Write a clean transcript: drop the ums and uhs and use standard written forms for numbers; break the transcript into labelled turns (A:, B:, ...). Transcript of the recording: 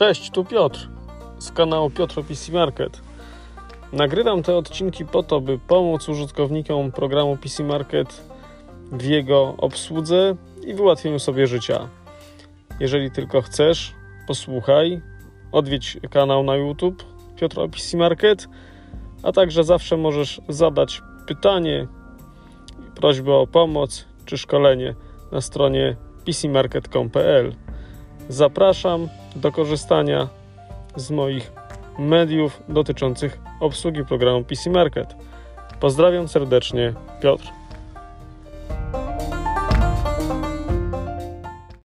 A: Cześć, tu Piotr z kanału Piotr PC Market. Nagrywam te odcinki po to, by pomóc użytkownikom programu PC Market w jego obsłudze i w ułatwieniu sobie życia. Jeżeli tylko chcesz, posłuchaj, odwiedź kanał na YouTube Piotr PC Market, a także zawsze możesz zadać pytanie, prośbę o pomoc czy szkolenie na stronie pcmarket.com.pl. Zapraszam do korzystania z moich mediów dotyczących obsługi programu PC Market. Pozdrawiam serdecznie, Piotr.